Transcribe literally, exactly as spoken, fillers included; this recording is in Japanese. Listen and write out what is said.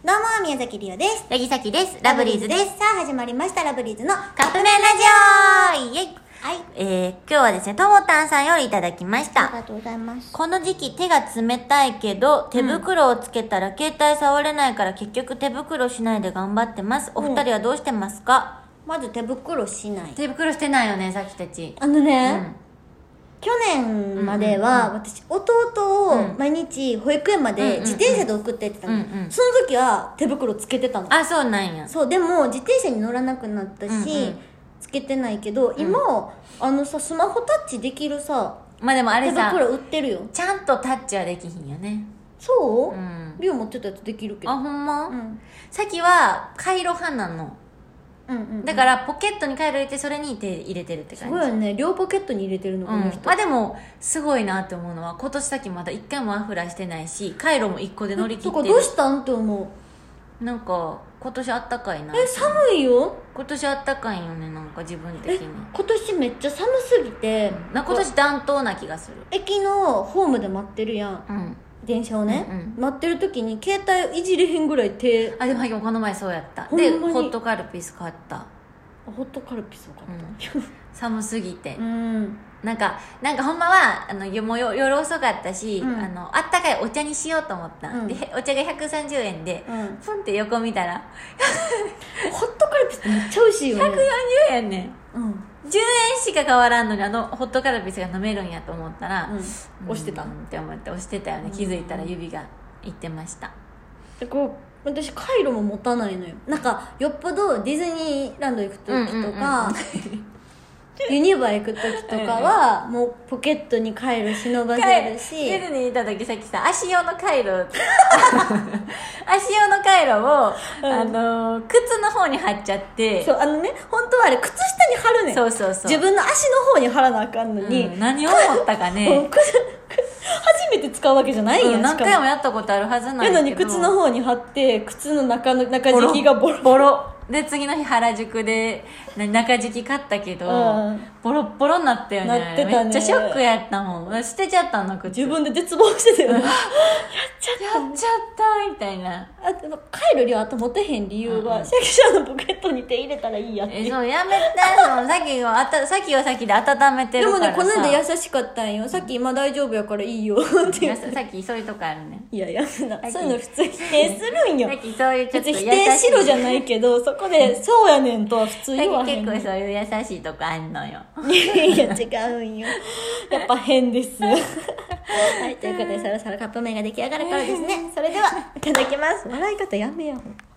どうも、宮崎りおです。 ヤギサキです。ラブリーズです。 さあ、始まりました。ラブリーズのカップ麺ラジオイエイ。 はい。 えー、今日はですね、ともたんさんよりいただきましありた。 がとうございます。 この時期手が冷たいけど、手袋をつけたら携帯触れないから結局手袋しないで頑張ってます。お二人はどうしてますか？ まず手袋しない。 手袋してないよね、さきたち。 あのね、 うん去年までは、私、弟を毎日保育園まで自転車で送ってってたの。 うんうんその時は手袋つけてたの。 あ、そうなんや。 そう、でも自転車に乗らなくなったし、 うんうんつけてないけど、今、あのさ、スマホタッチできるさ、 まあでもあれさ、 手袋売ってるよ。 ちゃんとタッチはできひんよね。 そう、 うんリオ持ってたやつできるけど。 あ、ほんま、 うんさきは回路派なの。 うんうんうん、 だからポケットに回路入れてそれに手入れてるって感じ。 すごいよね、両ポケットに入れてるの、この人。 まあでもすごいなって思うのは、今年先まだ一回もマフラーしてないし、回路も一個で乗り切ってる。 とかどうしたんって思う。 なんか今年あったかいな。 え、寒いよ。 今年あったかいよね、なんか自分的えに。 今年めっちゃ寒すぎて、 な今年暖冬な気がする。 駅のホームで待ってるやん、 うん電車をね、 うんうん待ってる時に携帯をいじれへんぐらい手、 あ、でもはいこの前そうやったほんまにでホットカルピス買った。 ホットカルピスを買った。 寒すぎて、 うんなんかなんかほんまはあのよもうよ夜遅かったし、 うんあのあったかいお茶にしようと思った、 うんでお茶がひゃくさんじゅうえんで、 うんふんって横見たらホットカルピスってめっちゃ美味しいよね。 ひゃくよんじゅうえんね。 うんじゅうえんしか変わらんのにあのホットカルピスが飲めるんやと思ったら、 うん押してたうんって思って押してたよね。気づいたら指がいってました。 でこう私回路も持たないのよ。なんかよっぽどディズニーランド行く時とか、ユニバ行く時とかはもうポケットに回路忍ばせるし、 ディズニーにいた時さっきさ足用の回路足用の回路を、 うんあのー靴の方に貼っちゃって、 そうあのね、本当はあれ靴下に貼るねん。 そうそうそう、 自分の足の方に貼らなあかんのに、 うん何を思ったかうんね、 靴初めて使うわけじゃないやん、 うん、何しかも回もやったことあるはずなんやのやけど、 に靴の方に貼って靴の中の中敷きがボロボロで次の日原宿でな中敷き買ったけど、 うんボロッボロになったよね。 なってたねめっちゃショックやったもん。捨てちゃったの靴。 自分で絶望してたよね。やっちゃったやっちゃったみたいな。 あでも帰る量あと持てへん理由は、 うんうんシャキシャのポケットに手入れたらいいやっていう。 えそうやめて、そのさっきはあたさっきはさっきで温めてでもるからさ。 ね、この間優しかったんよ。さっき今大丈夫やからいいよって言って。 やさっきそういうとこあるね。 いややめなさっきそういうの普通否定するんよさっ。きそういうちょっと別に否定しろじゃい。 ないけど、そこでそうやねんとは普通さっ言わへん。 き結構そういう優しいとこあんのよ。 いや違うんよ。やっぱ変です。はい、ということでそろそろカップ麺が出来上がるからですね。それではいただきます。笑い方やめよう。